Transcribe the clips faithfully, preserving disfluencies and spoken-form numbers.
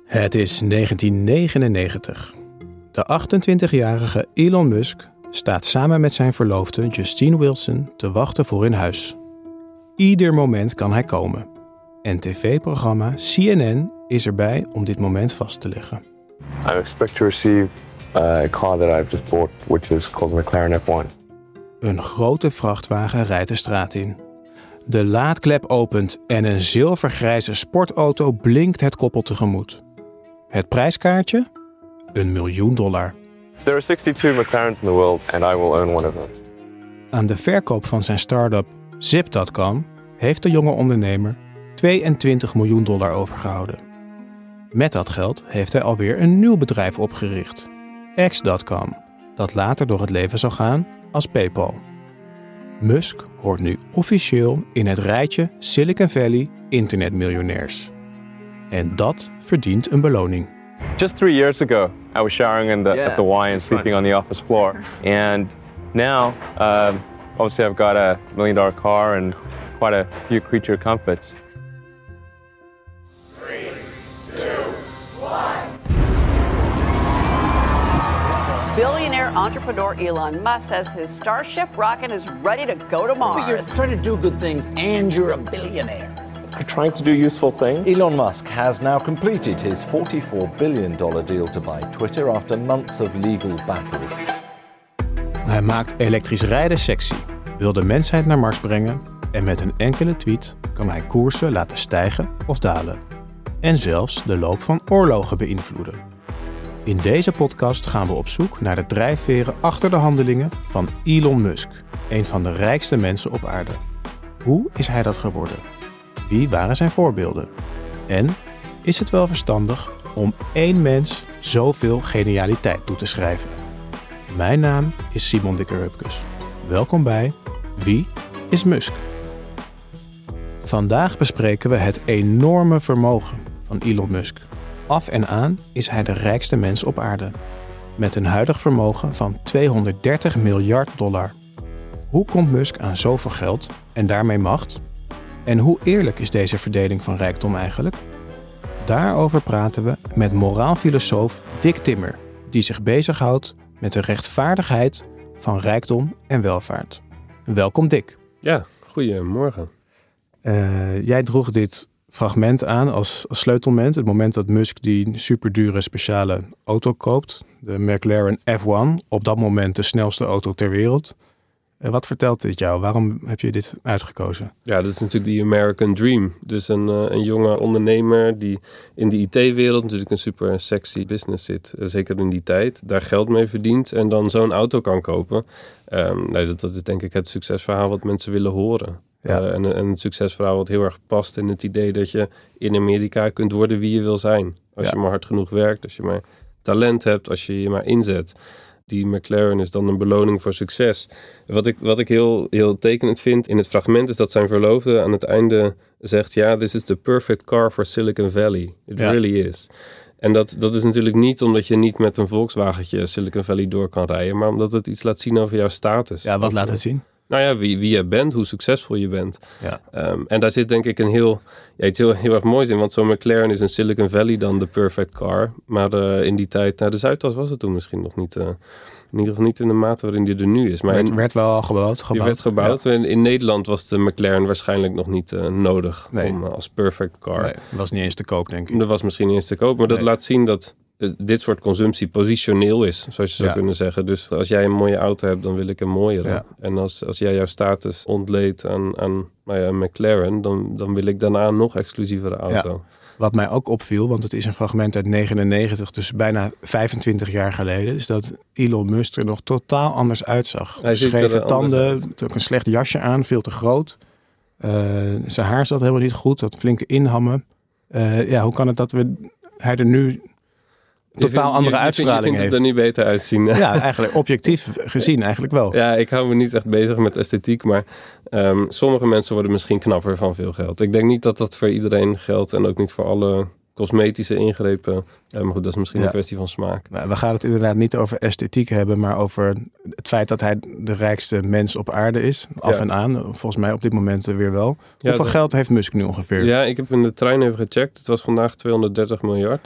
Het is negentien negenennegentig. De achtentwintigjarige Elon Musk staat samen met zijn verloofde Justine Wilson te wachten voor hun huis. Ieder moment kan hij komen. En tv-programma C N N is erbij om dit moment vast te leggen. I expect to receive a car that I've just bought, which is called the McLaren F one. Een grote vrachtwagen rijdt de straat in. De laadklep opent en een zilvergrijze sportauto blinkt het koppel tegemoet. Het prijskaartje? Een miljoen dollar. There are sixty-two McLarens in the world and I will own one of them. Aan de verkoop van zijn start-up Zip punt com heeft de jonge ondernemer tweeëntwintig miljoen dollar overgehouden. Met dat geld heeft hij alweer een nieuw bedrijf opgericht, X punt com, dat later door het leven zou gaan als PayPal. Musk hoort nu officieel in het rijtje Silicon Valley internetmiljonairs. En dat verdient een beloning. Just three years ago, I was showering in the, yeah, at the Y and sleeping on the office floor. And now, um, obviously I've got a million dollar car and quite a few creature comforts. Three, two, one. Billionaire entrepreneur Elon Musk says his Starship rocket is ready to go to Mars. But you're trying to do good things and you're a billionaire. You're trying to do useful things? Elon Musk has now completed his forty-four billion dollars deal to buy Twitter after months of legal battles. Hij maakt elektrisch rijden sexy, wil de mensheid naar Mars brengen en met een enkele tweet kan hij koersen laten stijgen of dalen. En zelfs de loop van oorlogen beïnvloeden. In deze podcast gaan we op zoek naar de drijfveren achter de handelingen van Elon Musk, een van de rijkste mensen op aarde. Hoe is hij dat geworden? Wie waren zijn voorbeelden? En is het wel verstandig om één mens zoveel genialiteit toe te schrijven? Mijn naam is Simon Dikker-Hupkes. Welkom bij Wie is Musk? Vandaag bespreken we het enorme vermogen van Elon Musk. Af en aan is hij de rijkste mens op aarde. Met een huidig vermogen van tweehonderddertig miljard dollar. Hoe komt Musk aan zoveel geld en daarmee macht? En hoe eerlijk is deze verdeling van rijkdom eigenlijk? Daarover praten we met moraalfilosoof Dick Timmer, die zich bezighoudt met de rechtvaardigheid van rijkdom en welvaart. Welkom Dick. Ja, goedemorgen. Uh, jij droeg dit fragment aan als, als sleutelmoment. Het moment dat Musk die superdure speciale auto koopt. De McLaren F one. Op dat moment de snelste auto ter wereld. Uh, wat vertelt dit jou? Waarom heb je dit uitgekozen? Ja, dat is natuurlijk die American Dream. Dus een, uh, een jonge ondernemer die in de I T-wereld natuurlijk een super sexy business zit. Uh, zeker in die tijd. Daar geld mee verdient en dan zo'n auto kan kopen. Um, nee, dat, dat is denk ik het succesverhaal wat mensen willen horen. Ja. Uh, en, en een succesverhaal wat heel erg past in het idee dat je in Amerika kunt worden wie je wil zijn. Als ja. je maar hard genoeg werkt, als je maar talent hebt, als je je maar inzet. Die McLaren is dan een beloning voor succes. Wat ik, wat ik heel, heel tekenend vind in het fragment is dat zijn verloofde aan het einde zegt... ja, this is the perfect car for Silicon Valley. It ja. really is. En dat, dat is natuurlijk niet omdat je niet met een Volkswagentje Silicon Valley door kan rijden... maar omdat het iets laat zien over jouw status. Ja, wat laat het zien? Nou ja, wie, wie je bent, hoe succesvol je bent. Ja. Um, en daar zit denk ik een heel, ja, iets heel, heel erg moois in. Want zo'n McLaren is in Silicon Valley dan de perfect car. Maar uh, in die tijd, nou de Zuidas was het toen misschien nog niet. Uh, in ieder geval niet in de mate waarin die er nu is. Maar werd, in, werd wel al gebouwd. gebouwd. Die werd gebouwd. Ja. In, in Nederland was de McLaren waarschijnlijk nog niet uh, nodig nee. om uh, als perfect car. Nee, dat was niet eens te koop, denk ik. Dat was misschien niet eens te koop. Maar nee. dat laat zien dat dit soort consumptie positioneel is, zoals je zou ja. kunnen zeggen. Dus als jij een mooie auto hebt, dan wil ik een mooiere. Ja. En als, als jij jouw status ontleedt aan, aan nou ja, een McLaren, dan, dan wil ik daarna een nog exclusievere auto. Ja. Wat mij ook opviel, want het is een fragment uit negenennegentig, dus bijna vijfentwintig jaar geleden, is dat Elon Musk er nog totaal anders uitzag. Hij scheve tanden, ook een slecht jasje aan, veel te groot. Uh, zijn haar zat helemaal niet goed, had flinke inhammen. Uh, ja, hoe kan het dat we hij er nu totaal vindt, andere je, uitstraling heeft. Je vindt heeft. het er nu beter uitzien. Ja, eigenlijk objectief gezien eigenlijk wel. Ja, ik hou me niet echt bezig met esthetiek, maar um, sommige mensen worden misschien knapper van veel geld. Ik denk niet dat dat voor iedereen geldt en ook niet voor alle cosmetische ingrepen. Ja, maar goed, dat is misschien ja. een kwestie van smaak. Nou, we gaan het inderdaad niet over esthetiek hebben, maar over het feit dat hij de rijkste mens op aarde is. Af ja. en aan. Volgens mij op dit moment weer wel. Ja, Hoeveel dat... geld heeft Musk nu ongeveer? Ja, ik heb in de trein even gecheckt. Het was vandaag tweehonderddertig miljard.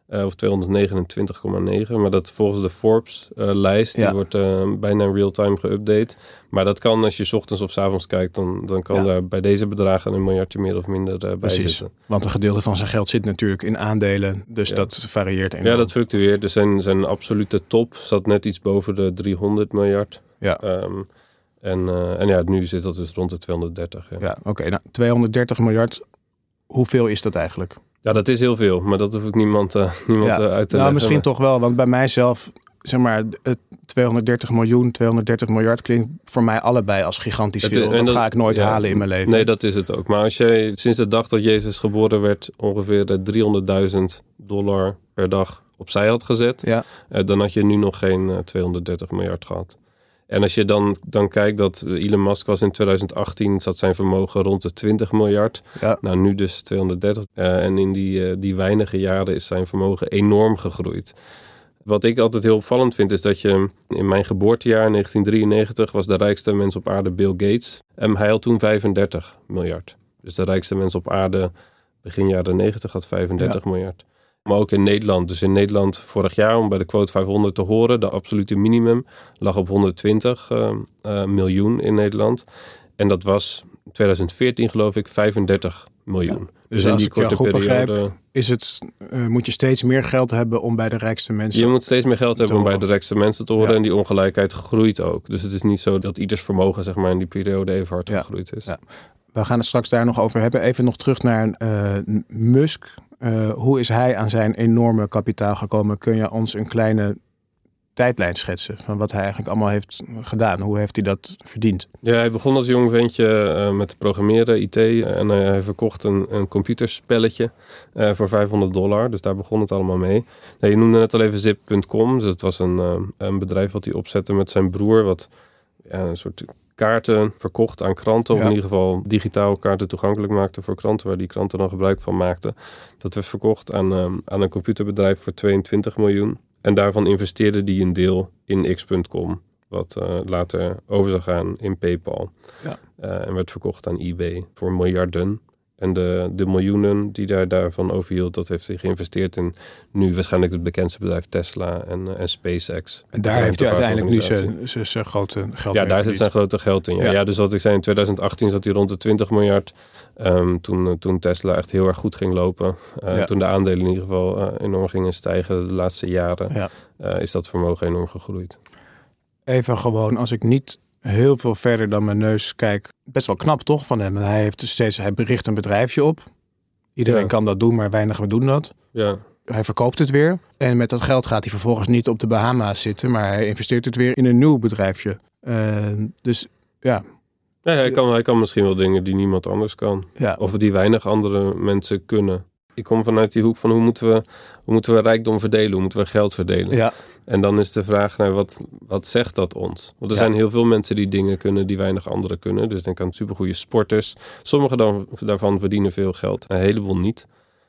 Uh, of tweehonderdnegenentwintig komma negen. Maar dat volgens de Forbes-lijst, uh, ja. die wordt uh, bijna in real-time geüpdate. Maar dat kan, als je 's ochtends of 's avonds kijkt, dan, dan kan ja. daar bij deze bedragen een miljardje meer of minder uh, bij Precies. zitten. Want een gedeelte van zijn geld zit natuurlijk in aandelen. Dus ja. dat varieert enorm. Ja, dat fluctueert. Dus zijn, zijn absolute top zat net iets boven de driehonderd miljard. Ja. Um, en, uh, en ja, nu zit dat dus rond de tweehonderddertig. Ja, ja oké. Okay. Nou, tweehonderddertig miljard, hoeveel is dat eigenlijk? Ja, dat is heel veel, maar dat hoef ik niemand, uh, niemand ja. uh, uit te nou, leggen. Misschien maar... toch wel, want bij mijzelf, zeg maar, tweehonderddertig miljoen, tweehonderddertig miljard klinkt voor mij allebei als gigantisch veel. Het, dat, dat ga ik nooit ja, halen in mijn leven. Nee, dat is het ook. Maar als je sinds de dag dat Jezus geboren werd ongeveer driehonderdduizend dollar per dag opzij had gezet, ja. uh, dan had je nu nog geen uh, tweehonderddertig miljard gehad. En als je dan, dan kijkt dat Elon Musk was in tweeduizend achttien, zat zijn vermogen rond de twintig miljard. Ja. Nou, nu dus tweehonderddertig. Uh, en in die, uh, die weinige jaren is zijn vermogen enorm gegroeid. Wat ik altijd heel opvallend vind, is dat je in mijn geboortejaar negentien drieënnegentig was de rijkste mens op aarde Bill Gates. En hij had toen vijfendertig miljard. Dus de rijkste mens op aarde begin jaren negentig had vijfendertig ja. miljard. Maar ook in Nederland. Dus in Nederland vorig jaar, om bij de quote vijfhonderd te horen, de absolute minimum lag op honderdtwintig uh, uh, miljoen in Nederland. En dat was in tweeduizend veertien geloof ik vijfendertig miljoen. Ja. Dus, dus in die korte periode begrijp, is het, uh, moet je steeds meer geld hebben om bij de rijkste mensen Je moet steeds meer geld hebben horen. om bij de rijkste mensen te horen. Ja. En die ongelijkheid groeit ook. Dus het is niet zo dat ieders vermogen zeg maar, in die periode even hard ja. gegroeid is. Ja. We gaan het straks daar nog over hebben. Even nog terug naar uh, Musk. Uh, hoe is hij aan zijn enorme kapitaal gekomen? Kun je ons een kleine tijdlijn schetsen van wat hij eigenlijk allemaal heeft gedaan? Hoe heeft hij dat verdiend? Ja, hij begon als jong ventje uh, met programmeren, I T. En uh, hij verkocht een, een computerspelletje uh, voor vijfhonderd dollar. Dus daar begon het allemaal mee. Nou, je noemde net al even zip punt com. Dus het was een, uh, een bedrijf wat hij opzette met zijn broer. Wat ja, een soort kaarten verkocht aan kranten. Of ja. in ieder geval digitaal kaarten toegankelijk maakte voor kranten. Waar die kranten dan gebruik van maakten. Dat werd verkocht aan, uh, aan een computerbedrijf voor tweeëntwintig miljoen. En daarvan investeerde hij een deel in x punt com. Wat uh, later over zou gaan in PayPal. Ja. Uh, en werd verkocht aan eBay voor miljarden. En de, de miljoenen die hij daarvan overhield, dat heeft hij geïnvesteerd in nu waarschijnlijk het bekendste bedrijf Tesla en, uh, en SpaceX. En daar heeft hij uiteindelijk nu zijn, zijn, zijn grote geld Ja, daar zit zijn grote geld in. Ja. Ja. ja, dus wat ik zei, in tweeduizend achttien zat hij rond de twintig miljard. Um, toen, uh, toen Tesla echt heel erg goed ging lopen. Uh, ja. Toen de aandelen in ieder geval uh, enorm gingen stijgen de laatste jaren. Ja. Uh, is dat vermogen enorm gegroeid. Even gewoon, als ik niet heel veel verder dan mijn neus kijk. Best wel knap toch van hem. Hij heeft dus steeds, hij bericht een bedrijfje op. Iedereen ja. kan dat doen, maar weinigen doen dat. Ja. Hij verkoopt het weer. En met dat geld gaat hij vervolgens niet op de Bahama's zitten, maar hij investeert het weer in een nieuw bedrijfje. Uh, dus ja. ja hij, kan, hij kan misschien wel dingen die niemand anders kan. Ja. Of die weinig andere mensen kunnen. Ik kom vanuit die hoek van hoe moeten we, hoe moeten we rijkdom verdelen? Hoe moeten we geld verdelen? Ja. En dan is de vraag, nou, wat, wat zegt dat ons? Want er ja. zijn heel veel mensen die dingen kunnen die weinig anderen kunnen. Dus denk aan supergoeie sporters. Sommigen dan, daarvan verdienen veel geld. Een heleboel niet.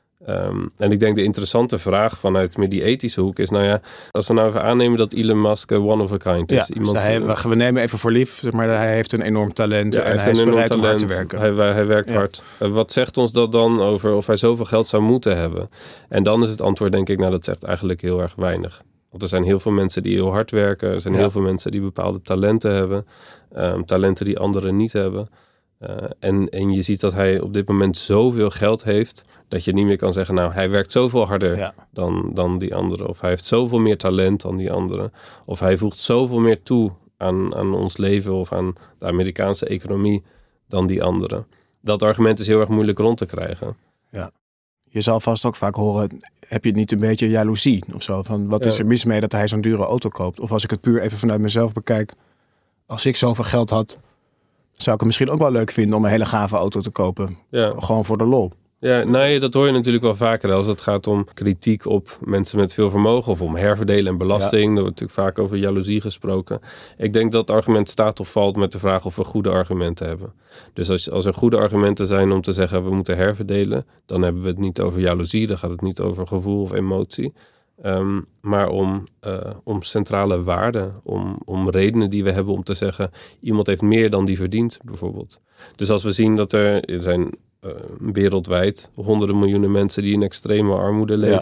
Um, en ik denk de interessante vraag vanuit meer die ethische hoek is, nou ja, als we nou even aannemen dat Elon Musk one of a kind is. Ja, Iemand, dus hij, we nemen even voor lief, maar hij heeft een enorm talent ja, en hij, hij is bereid om hard te werken. Hij, hij werkt ja. hard. Uh, wat zegt ons dat dan over of hij zoveel geld zou moeten hebben? En dan is het antwoord denk ik, nou dat zegt eigenlijk heel erg weinig. Want er zijn heel veel mensen die heel hard werken. Er zijn ja. heel veel mensen die bepaalde talenten hebben. Um, talenten die anderen niet hebben. Uh, en, en je ziet dat hij op dit moment zoveel geld heeft, dat je niet meer kan zeggen, nou, hij werkt zoveel harder ja. dan, dan die anderen. Of hij heeft zoveel meer talent dan die anderen. Of hij voegt zoveel meer toe aan, aan ons leven of aan de Amerikaanse economie dan die anderen. Dat argument is heel erg moeilijk rond te krijgen. Ja. Je zal vast ook vaak horen, heb je niet een beetje jaloezie of zo? Van wat is er mis mee dat hij zo'n dure auto koopt? Of als ik het puur even vanuit mezelf bekijk, als ik zoveel geld had, zou ik het misschien ook wel leuk vinden om een hele gave auto te kopen. Ja. Gewoon voor de lol. Ja, nee, dat hoor je natuurlijk wel vaker als het gaat om kritiek op mensen met veel vermogen of om herverdelen en belasting. Ja. Er wordt natuurlijk vaak over jaloezie gesproken. Ik denk dat het argument staat of valt met de vraag of we goede argumenten hebben. Dus als, als er goede argumenten zijn om te zeggen we moeten herverdelen, dan hebben we het niet over jaloezie, dan gaat het niet over gevoel of emotie. Um, maar om, uh, om centrale waarden, om, om redenen die we hebben om te zeggen, iemand heeft meer dan die verdient, bijvoorbeeld. Dus als we zien dat er, er zijn uh, wereldwijd honderden miljoenen mensen die in extreme armoede leven. Ja.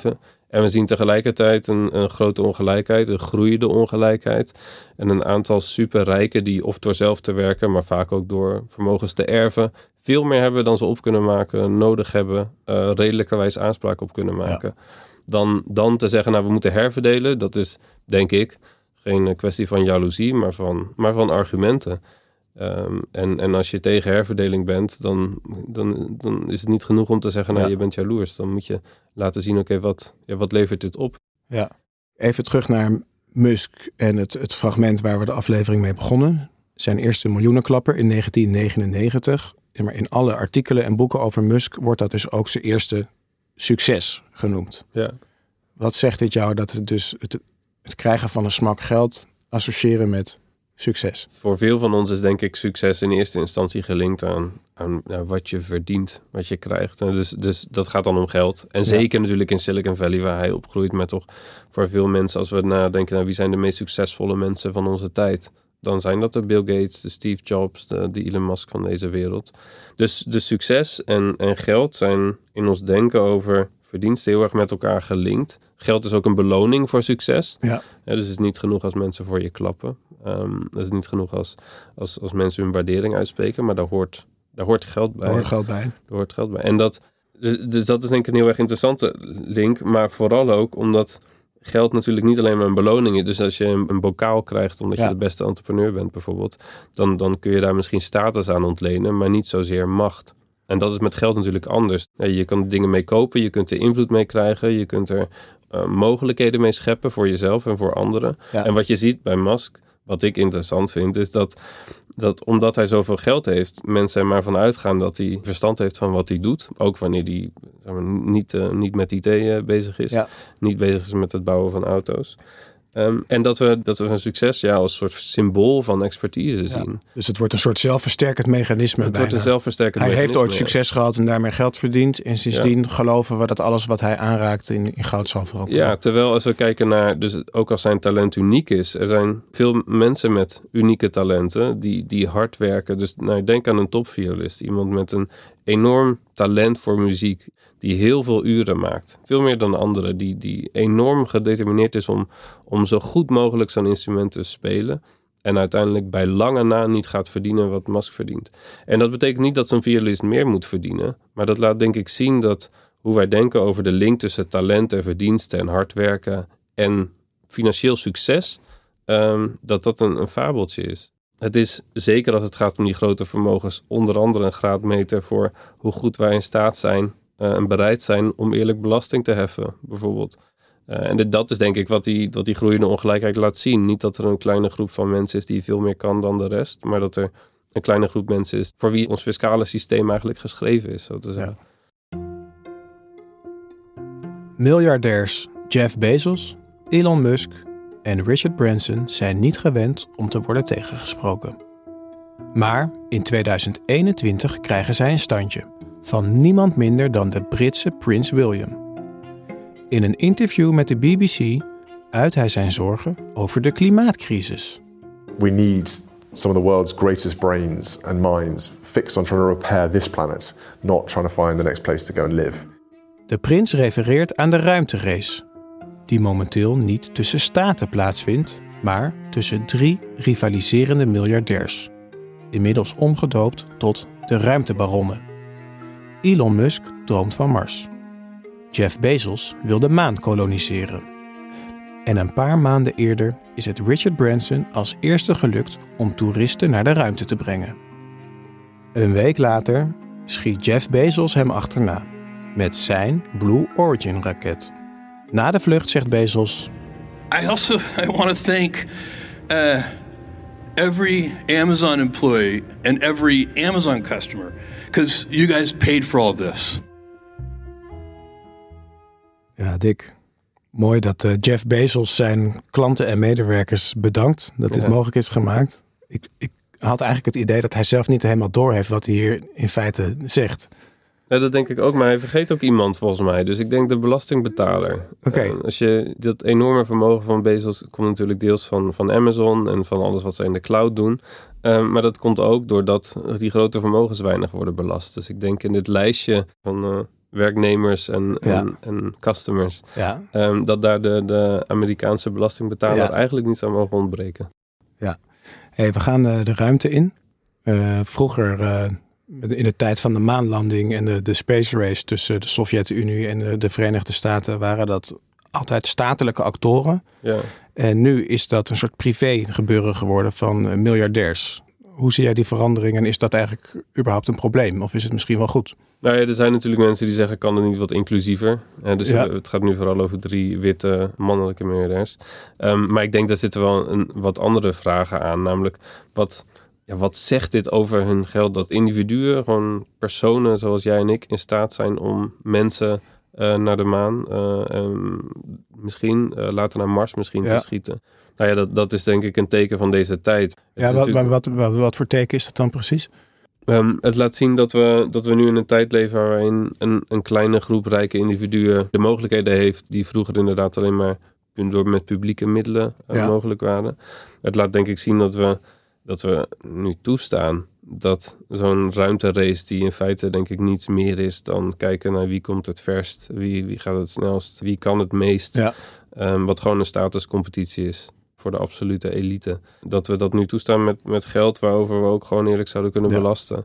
En we zien tegelijkertijd een, een grote ongelijkheid, een groeiende ongelijkheid. En een aantal superrijken die of door zelf te werken, maar vaak ook door vermogens te erven, veel meer hebben dan ze op kunnen maken, nodig hebben, uh, redelijkerwijs aanspraak op kunnen maken. Ja. Dan, dan te zeggen, nou we moeten herverdelen, dat is denk ik geen kwestie van jaloezie, maar van, maar van argumenten. Um, en, en als je tegen herverdeling bent, dan, dan, dan is het niet genoeg om te zeggen, nou, ja. je bent jaloers. Dan moet je laten zien, oké, okay, wat, ja, wat levert dit op? Ja, even terug naar Musk en het, het fragment waar we de aflevering mee begonnen. Zijn eerste miljoenenklapper in negentien negenennegentig. Maar in alle artikelen en boeken over Musk wordt dat dus ook zijn eerste succes genoemd. Ja. Wat zegt dit jou dat het dus het, het krijgen van een smak geld associëren met succes? Voor veel van ons is denk ik succes in eerste instantie gelinkt aan, aan nou, wat je verdient, wat je krijgt. En dus, dus dat gaat dan om geld. En zeker ja. natuurlijk in Silicon Valley waar hij opgroeit. Maar toch voor veel mensen, als we nadenken naar wie zijn de meest succesvolle mensen van onze tijd, dan zijn dat de Bill Gates, de Steve Jobs, de, de Elon Musk van deze wereld. Dus de succes en, en geld zijn in ons denken over verdiensten heel erg met elkaar gelinkt. Geld is ook een beloning voor succes. Ja. Ja, dus het is niet genoeg als mensen voor je klappen. Um, het is niet genoeg als, als, als mensen hun waardering uitspreken, maar daar hoort, daar hoort geld bij. Daar hoort geld bij. Daar hoort geld bij. En dat, dus, dus dat is denk ik een heel erg interessante link, maar vooral ook omdat geld natuurlijk niet alleen maar een beloning is. Dus als je een, een bokaal krijgt omdat ja. je de beste entrepreneur bent bijvoorbeeld, dan, dan kun je daar misschien status aan ontlenen, maar niet zozeer macht. En dat is met geld natuurlijk anders. Je kan dingen mee kopen, je kunt er invloed mee krijgen, je kunt er uh, mogelijkheden mee scheppen voor jezelf en voor anderen. Ja. En wat je ziet bij Musk, wat ik interessant vind, is dat, dat omdat hij zoveel geld heeft, mensen er maar van uitgaan dat hij verstand heeft van wat hij doet. Ook wanneer hij zeg maar, niet, uh, niet met I T uh, bezig is, ja. niet bezig is met het bouwen van auto's. Um, en dat we, dat we een succes ja, als soort symbool van expertise ja. zien. Dus het wordt een soort zelfversterkend mechanisme. Het bijna. wordt een zelfversterkend hij mechanisme. Hij heeft ooit succes gehad en daarmee geld verdiend. En sindsdien ja. geloven we dat alles wat hij aanraakt in, in goud zal veranderen. Ja, terwijl als we kijken naar, dus ook als zijn talent uniek is. Er zijn veel mensen met unieke talenten die, die hard werken. Dus nou, denk aan een topviolist. Iemand met een enorm talent voor muziek. Die heel veel uren maakt. Veel meer dan anderen. Die, die enorm gedetermineerd is om, om zo goed mogelijk zo'n instrument te spelen. En uiteindelijk bij lange na niet gaat verdienen wat Musk verdient. En dat betekent niet dat zo'n violist meer moet verdienen. Maar dat laat denk ik zien dat hoe wij denken over de link tussen talent en verdiensten en hard werken en financieel succes. Um, dat dat een, een fabeltje is. Het is zeker als het gaat om die grote vermogens onder andere een graadmeter voor hoe goed wij in staat zijn Uh, en bereid zijn om eerlijk belasting te heffen, bijvoorbeeld. Uh, en dit, dat is denk ik wat die, wat die groeiende ongelijkheid laat zien. Niet dat er een kleine groep van mensen is die veel meer kan dan de rest, maar dat er een kleine groep mensen is voor wie ons fiscale systeem eigenlijk geschreven is, zo te zeggen. Ja. Miljardairs Jeff Bezos, Elon Musk en Richard Branson zijn niet gewend om te worden tegengesproken. Maar in tweeduizend eenentwintig krijgen zij een standje van niemand minder dan de Britse Prins William. In een interview met de B B C uit hij zijn zorgen over de klimaatcrisis. We need some of the world's greatest brains and minds fixed on trying to repair this planet, not trying to find the next place to go and live. De prins refereert aan de ruimterace, die momenteel niet tussen staten plaatsvindt, maar tussen drie rivaliserende miljardairs, inmiddels omgedoopt tot de ruimtebaronnen. Elon Musk droomt van Mars. Jeff Bezos wil de maan koloniseren. En een paar maanden eerder is het Richard Branson als eerste gelukt om toeristen naar de ruimte te brengen. Een week later schiet Jeff Bezos hem achterna met zijn Blue Origin raket. Na de vlucht zegt Bezos: I also I want to thank uh, every Amazon employee and every Amazon customer. Because you guys paid for all of this. Ja, Dick. Mooi dat uh, Jeff Bezos zijn klanten en medewerkers bedankt dat dit ja. mogelijk is gemaakt. Ik, ik had eigenlijk het idee dat hij zelf niet helemaal doorheeft wat hij hier in feite zegt. Ja, dat denk ik ook, maar hij vergeet ook iemand volgens mij. Dus ik denk de belastingbetaler. Okay. Uh, als je dat enorme vermogen van Bezos komt natuurlijk deels van, van Amazon en van alles wat ze in de cloud doen. Uh, maar dat komt ook doordat die grote vermogens weinig worden belast. Dus ik denk in dit lijstje van uh, werknemers en, Ja. en, en customers. Ja. Um, dat daar de, de Amerikaanse belastingbetaler Ja. eigenlijk niet zou mogen ontbreken. Ja. Hey, we gaan uh, de ruimte in. Uh, vroeger, uh, in de tijd van de maanlanding en de, de space race tussen de Sovjet-Unie en de, de Verenigde Staten, waren dat altijd statelijke actoren. Ja. En nu is dat een soort privé gebeuren geworden van uh, miljardairs. Hoe zie jij die verandering en is dat eigenlijk überhaupt een probleem? Of is het misschien wel goed? Nou ja, er zijn natuurlijk mensen die zeggen, kan het niet wat inclusiever? Uh, dus Ja. het gaat nu vooral over drie witte mannelijke miljardairs. Um, maar ik denk, daar zitten wel een, wat andere vragen aan. Namelijk, wat, ja, wat zegt dit over hun geld? Dat individuen, gewoon personen zoals jij en ik, in staat zijn om mensen uh, naar de maan, uh, um, misschien uh, later naar Mars misschien Ja. te schieten. Nou ja, dat, dat is denk ik een teken van deze tijd. Het Ja, is wat, natuurlijk- wat, wat, wat voor teken is dat dan precies? Um, het laat zien dat we, dat we nu in een tijd leven waarin een, een kleine groep rijke individuen de mogelijkheden heeft die vroeger inderdaad alleen maar door met publieke middelen uh, Ja. mogelijk waren. Het laat denk ik zien dat we, dat we nu toestaan dat zo'n ruimterace die in feite denk ik niets meer is dan kijken naar wie komt het verst, wie, wie gaat het snelst, wie kan het meest. Ja. Um, wat gewoon een statuscompetitie is voor de absolute elite. Dat we dat nu toestaan met, met geld waarover we ook gewoon eerlijk zouden kunnen Ja. belasten.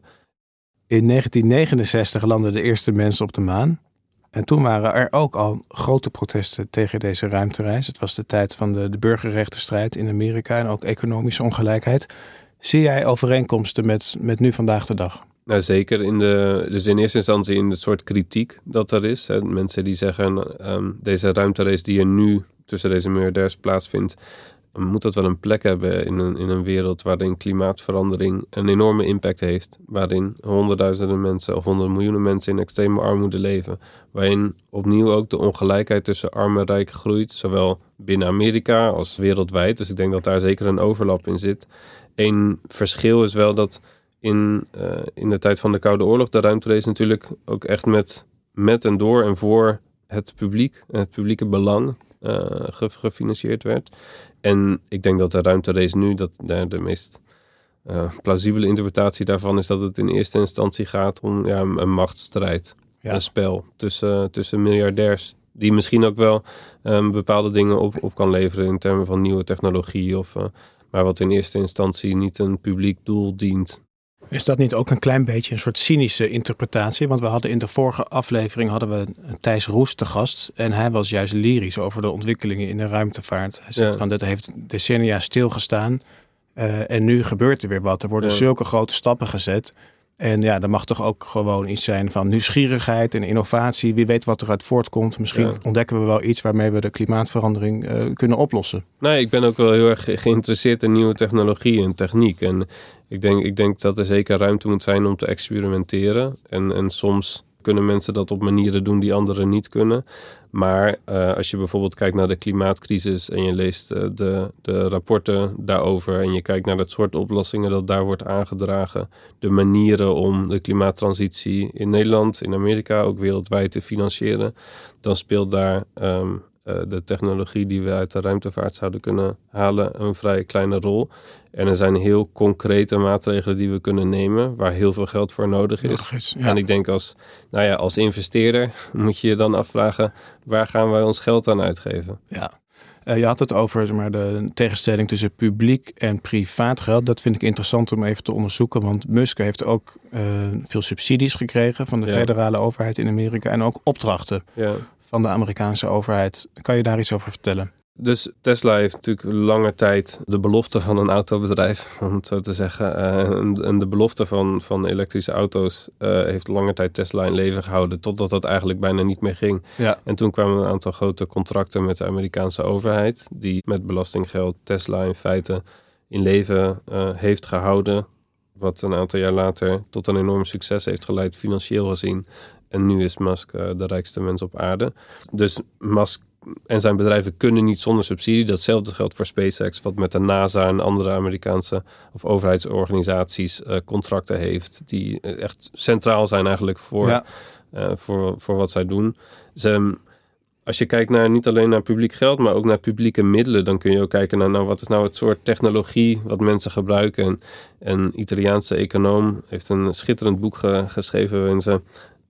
In negentien negenenzestig landden de eerste mensen op de maan. En toen waren er ook al grote protesten tegen deze ruimtereis. Het was de tijd van de, de burgerrechtenstrijd in Amerika en ook economische ongelijkheid. Zie jij overeenkomsten met, met nu vandaag de dag? Nou, zeker. In de, dus in eerste instantie in de soort kritiek dat er is. Hè. Mensen die zeggen, um, deze ruimterace die er nu tussen deze miljardairs plaatsvindt, moet dat wel een plek hebben in een, in een wereld waarin klimaatverandering een enorme impact heeft. Waarin honderdduizenden mensen of honderden miljoenen mensen in extreme armoede leven. Waarin opnieuw ook de ongelijkheid tussen arm en rijk groeit. Zowel binnen Amerika als wereldwijd. Dus ik denk dat daar zeker een overlap in zit. Eén verschil is wel dat in, uh, in de tijd van de Koude Oorlog de ruimterace natuurlijk ook echt met, met en door en voor het publiek en het publieke belang uh, gefinancierd werd. En ik denk dat de ruimterace nu, dat de, de meest uh, plausibele interpretatie daarvan is dat het in eerste instantie gaat om ja, een machtsstrijd. Ja. Een spel tussen, tussen miljardairs. Die misschien ook wel um, bepaalde dingen op, op kan leveren in termen van nieuwe technologie. Of, uh, maar wat in eerste instantie niet een publiek doel dient. Is dat niet ook een klein beetje een soort cynische interpretatie? Want we hadden in de vorige aflevering hadden we Thijs Roest te gast. En hij was juist lyrisch over de ontwikkelingen in de ruimtevaart. Hij zegt Ja. van, dat heeft decennia stilgestaan. Uh, en nu gebeurt er weer wat. Er worden Ja. zulke grote stappen gezet. En ja, er mag toch ook gewoon iets zijn van nieuwsgierigheid en innovatie. Wie weet wat eruit voortkomt. Misschien Ja. ontdekken we wel iets waarmee we de klimaatverandering uh, kunnen oplossen. Nee, ik ben ook wel heel erg ge- geïnteresseerd in nieuwe technologie en techniek. En ik denk, ik denk dat er zeker ruimte moet zijn om te experimenteren. En, en soms kunnen mensen dat op manieren doen die anderen niet kunnen. Maar uh, als je bijvoorbeeld kijkt naar de klimaatcrisis en je leest uh, de, de rapporten daarover en je kijkt naar het soort oplossingen dat daar wordt aangedragen, de manieren om de klimaattransitie in Nederland, in Amerika, ook wereldwijd te financieren, dan speelt daar um, uh, de technologie die we uit de ruimtevaart zouden kunnen halen een vrij kleine rol. En er zijn heel concrete maatregelen die we kunnen nemen, waar heel veel geld voor nodig is. Nodig is, ja. En ik denk als, nou ja, als investeerder moet je je dan afvragen, waar gaan wij ons geld aan uitgeven? Ja. Uh, je had het over zeg maar, de tegenstelling tussen publiek en privaat geld. Dat vind ik interessant om even te onderzoeken. Want Musk heeft ook uh, veel subsidies gekregen van de Ja. federale overheid in Amerika. En ook opdrachten Ja. van de Amerikaanse overheid. Kan je daar iets over vertellen? Dus Tesla heeft natuurlijk lange tijd de belofte van een autobedrijf, om het zo te zeggen. Uh, en, en de belofte van, van elektrische auto's uh, heeft lange tijd Tesla in leven gehouden, totdat dat eigenlijk bijna niet meer ging. Ja. En toen kwamen een aantal grote contracten met de Amerikaanse overheid, die met belastinggeld Tesla in feite in leven uh, heeft gehouden. Wat een aantal jaar later tot een enorm succes heeft geleid, financieel gezien. En nu is Musk uh, de rijkste mens op aarde. Dus Musk en zijn bedrijven kunnen niet zonder subsidie. Datzelfde geldt voor SpaceX, wat met de NASA en andere Amerikaanse of overheidsorganisaties uh, contracten heeft, die echt centraal zijn eigenlijk voor, Ja. uh, voor, voor wat zij doen. Ze, als je kijkt naar niet alleen naar publiek geld, maar ook naar publieke middelen, dan kun je ook kijken naar nou, wat is nou het soort technologie wat mensen gebruiken. En een Italiaanse econoom heeft een schitterend boek ge, geschreven waarin ze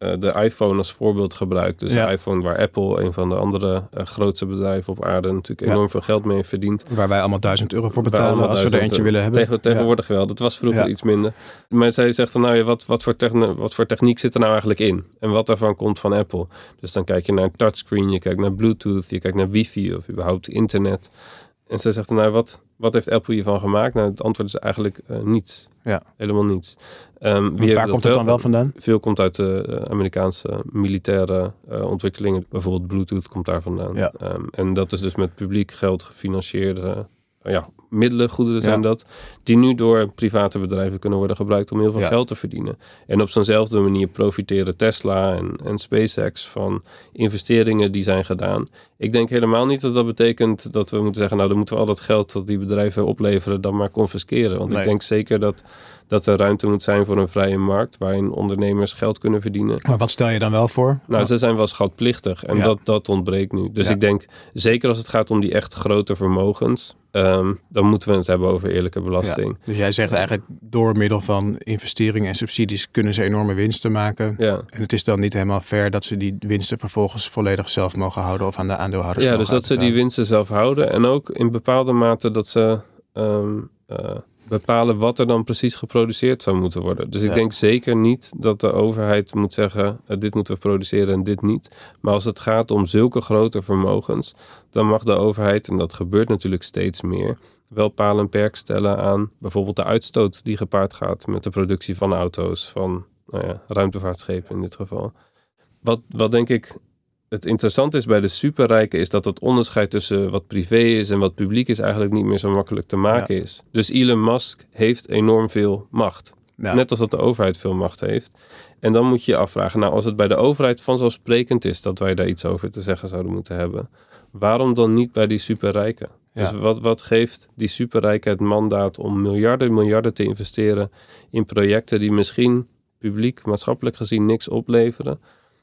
uh, de iPhone als voorbeeld gebruikt. Dus ja. de iPhone waar Apple, een van de andere uh, grootste bedrijven op aarde, natuurlijk enorm ja. veel geld mee verdient. Waar wij allemaal duizend euro voor betalen als we er eentje willen hebben. Tegen, tegenwoordig ja. wel. Dat was vroeger ja. iets minder. Maar zij zegt dan, nou ja, wat, wat, voor techne, wat voor techniek zit er nou eigenlijk in? En wat daarvan komt van Apple? Dus dan kijk je naar een touchscreen, je kijkt naar Bluetooth, je kijkt naar wifi of überhaupt internet. En zij zegt dan, nou, wat, wat heeft Apple hiervan gemaakt? Nou, het antwoord is eigenlijk uh, niets. Ja. Helemaal niets. Um, wie waar komt het dan wel vandaan? Veel komt uit de Amerikaanse militaire uh, ontwikkelingen. Bijvoorbeeld Bluetooth komt daar vandaan. Ja. Um, en dat is dus met publiek geld gefinancierde uh, ja, middelen, goederen zijn ja. dat, die nu door private bedrijven kunnen worden gebruikt om heel veel ja. geld te verdienen. En op zo'nzelfde manier profiteren Tesla en, en SpaceX van investeringen die zijn gedaan. Ik denk helemaal niet dat dat betekent dat we moeten zeggen, nou dan moeten we al dat geld dat die bedrijven opleveren dan maar confisceren. Want nee. ik denk zeker dat, dat er ruimte moet zijn voor een vrije markt waarin ondernemers geld kunnen verdienen. Maar wat stel je dan wel voor? Nou, oh. ze zijn wel schatplichtig en ja. dat, dat ontbreekt nu. Dus ja. ik denk, zeker als het gaat om die echt grote vermogens, Um, dan moeten we het hebben over eerlijke belasting. Ja, dus jij zegt eigenlijk door middel van investeringen en subsidies kunnen ze enorme winsten maken. Ja. En het is dan niet helemaal fair dat ze die winsten vervolgens volledig zelf mogen houden of aan de aandeelhouders ja, mogen dus dat ze die winsten zelf houden en ook in bepaalde mate dat ze um, uh, bepalen wat er dan precies geproduceerd zou moeten worden. Dus ik ja. denk zeker niet dat de overheid moet zeggen, uh, dit moeten we produceren en dit niet. Maar als het gaat om zulke grote vermogens, dan mag de overheid, en dat gebeurt natuurlijk steeds meer, wel paal en perk stellen aan bijvoorbeeld de uitstoot die gepaard gaat met de productie van auto's, van nou ja, ruimtevaartschepen in dit geval. Wat, wat denk ik het interessante is bij de superrijken is dat het onderscheid tussen wat privé is en wat publiek is eigenlijk niet meer zo makkelijk te maken ja. is. Dus Elon Musk heeft enorm veel macht. Ja. Net als dat de overheid veel macht heeft. En dan moet je je afvragen, nou als het bij de overheid vanzelfsprekend is dat wij daar iets over te zeggen zouden moeten hebben, waarom dan niet bij die superrijken? Ja. Dus wat, wat geeft die superrijken het mandaat om miljarden miljarden te investeren in projecten die misschien publiek, maatschappelijk gezien niks opleveren?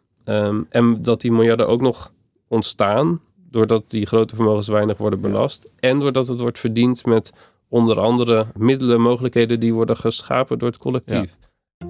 Um, en dat die miljarden ook nog ontstaan doordat die grote vermogens weinig worden belast. Ja. En doordat het wordt verdiend met onder andere middelen, mogelijkheden die worden geschapen door het collectief. Ja.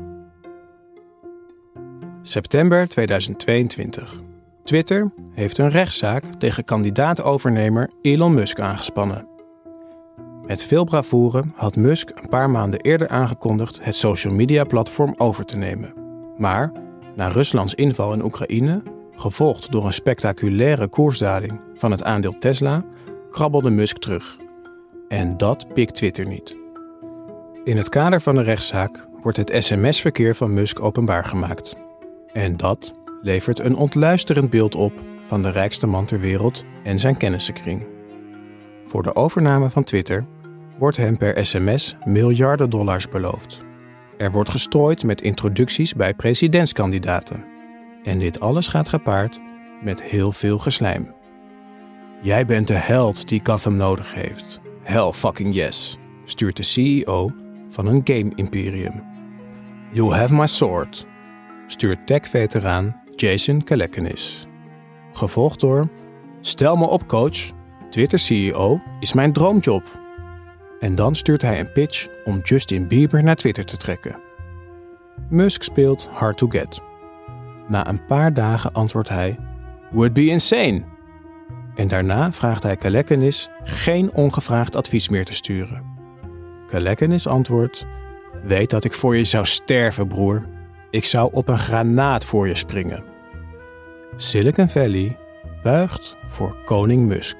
September tweeduizend tweeëntwintig. Twitter heeft een rechtszaak tegen kandidaat-overnemer Elon Musk aangespannen. Met veel bravoure had Musk een paar maanden eerder aangekondigd het social media platform over te nemen. Maar na Ruslands inval in Oekraïne, gevolgd door een spectaculaire koersdaling van het aandeel Tesla, krabbelde Musk terug. En dat pikt Twitter niet. In het kader van de rechtszaak wordt het sms-verkeer van Musk openbaar gemaakt. En dat levert een ontluisterend beeld op van de rijkste man ter wereld en zijn kennissenkring. Voor de overname van Twitter wordt hem per sms miljarden dollars beloofd. Er wordt gestrooid met introducties bij presidentskandidaten. En dit alles gaat gepaard met heel veel geslijm. Jij bent de held die Gotham nodig heeft. Hell fucking yes, stuurt de C E O van een game-imperium. You have my sword, stuurt tech-veteraan Jason Calacanis. Gevolgd door, stel me op coach, Twitter C E O is mijn droomjob. En dan stuurt hij een pitch om Justin Bieber naar Twitter te trekken. Musk speelt hard to get. Na een paar dagen antwoordt hij, would be insane. En daarna vraagt hij Calacanis geen ongevraagd advies meer te sturen. Calacanis antwoordt, weet dat ik voor je zou sterven, broer. Ik zou op een granaat voor je springen. Silicon Valley buigt voor koning Musk.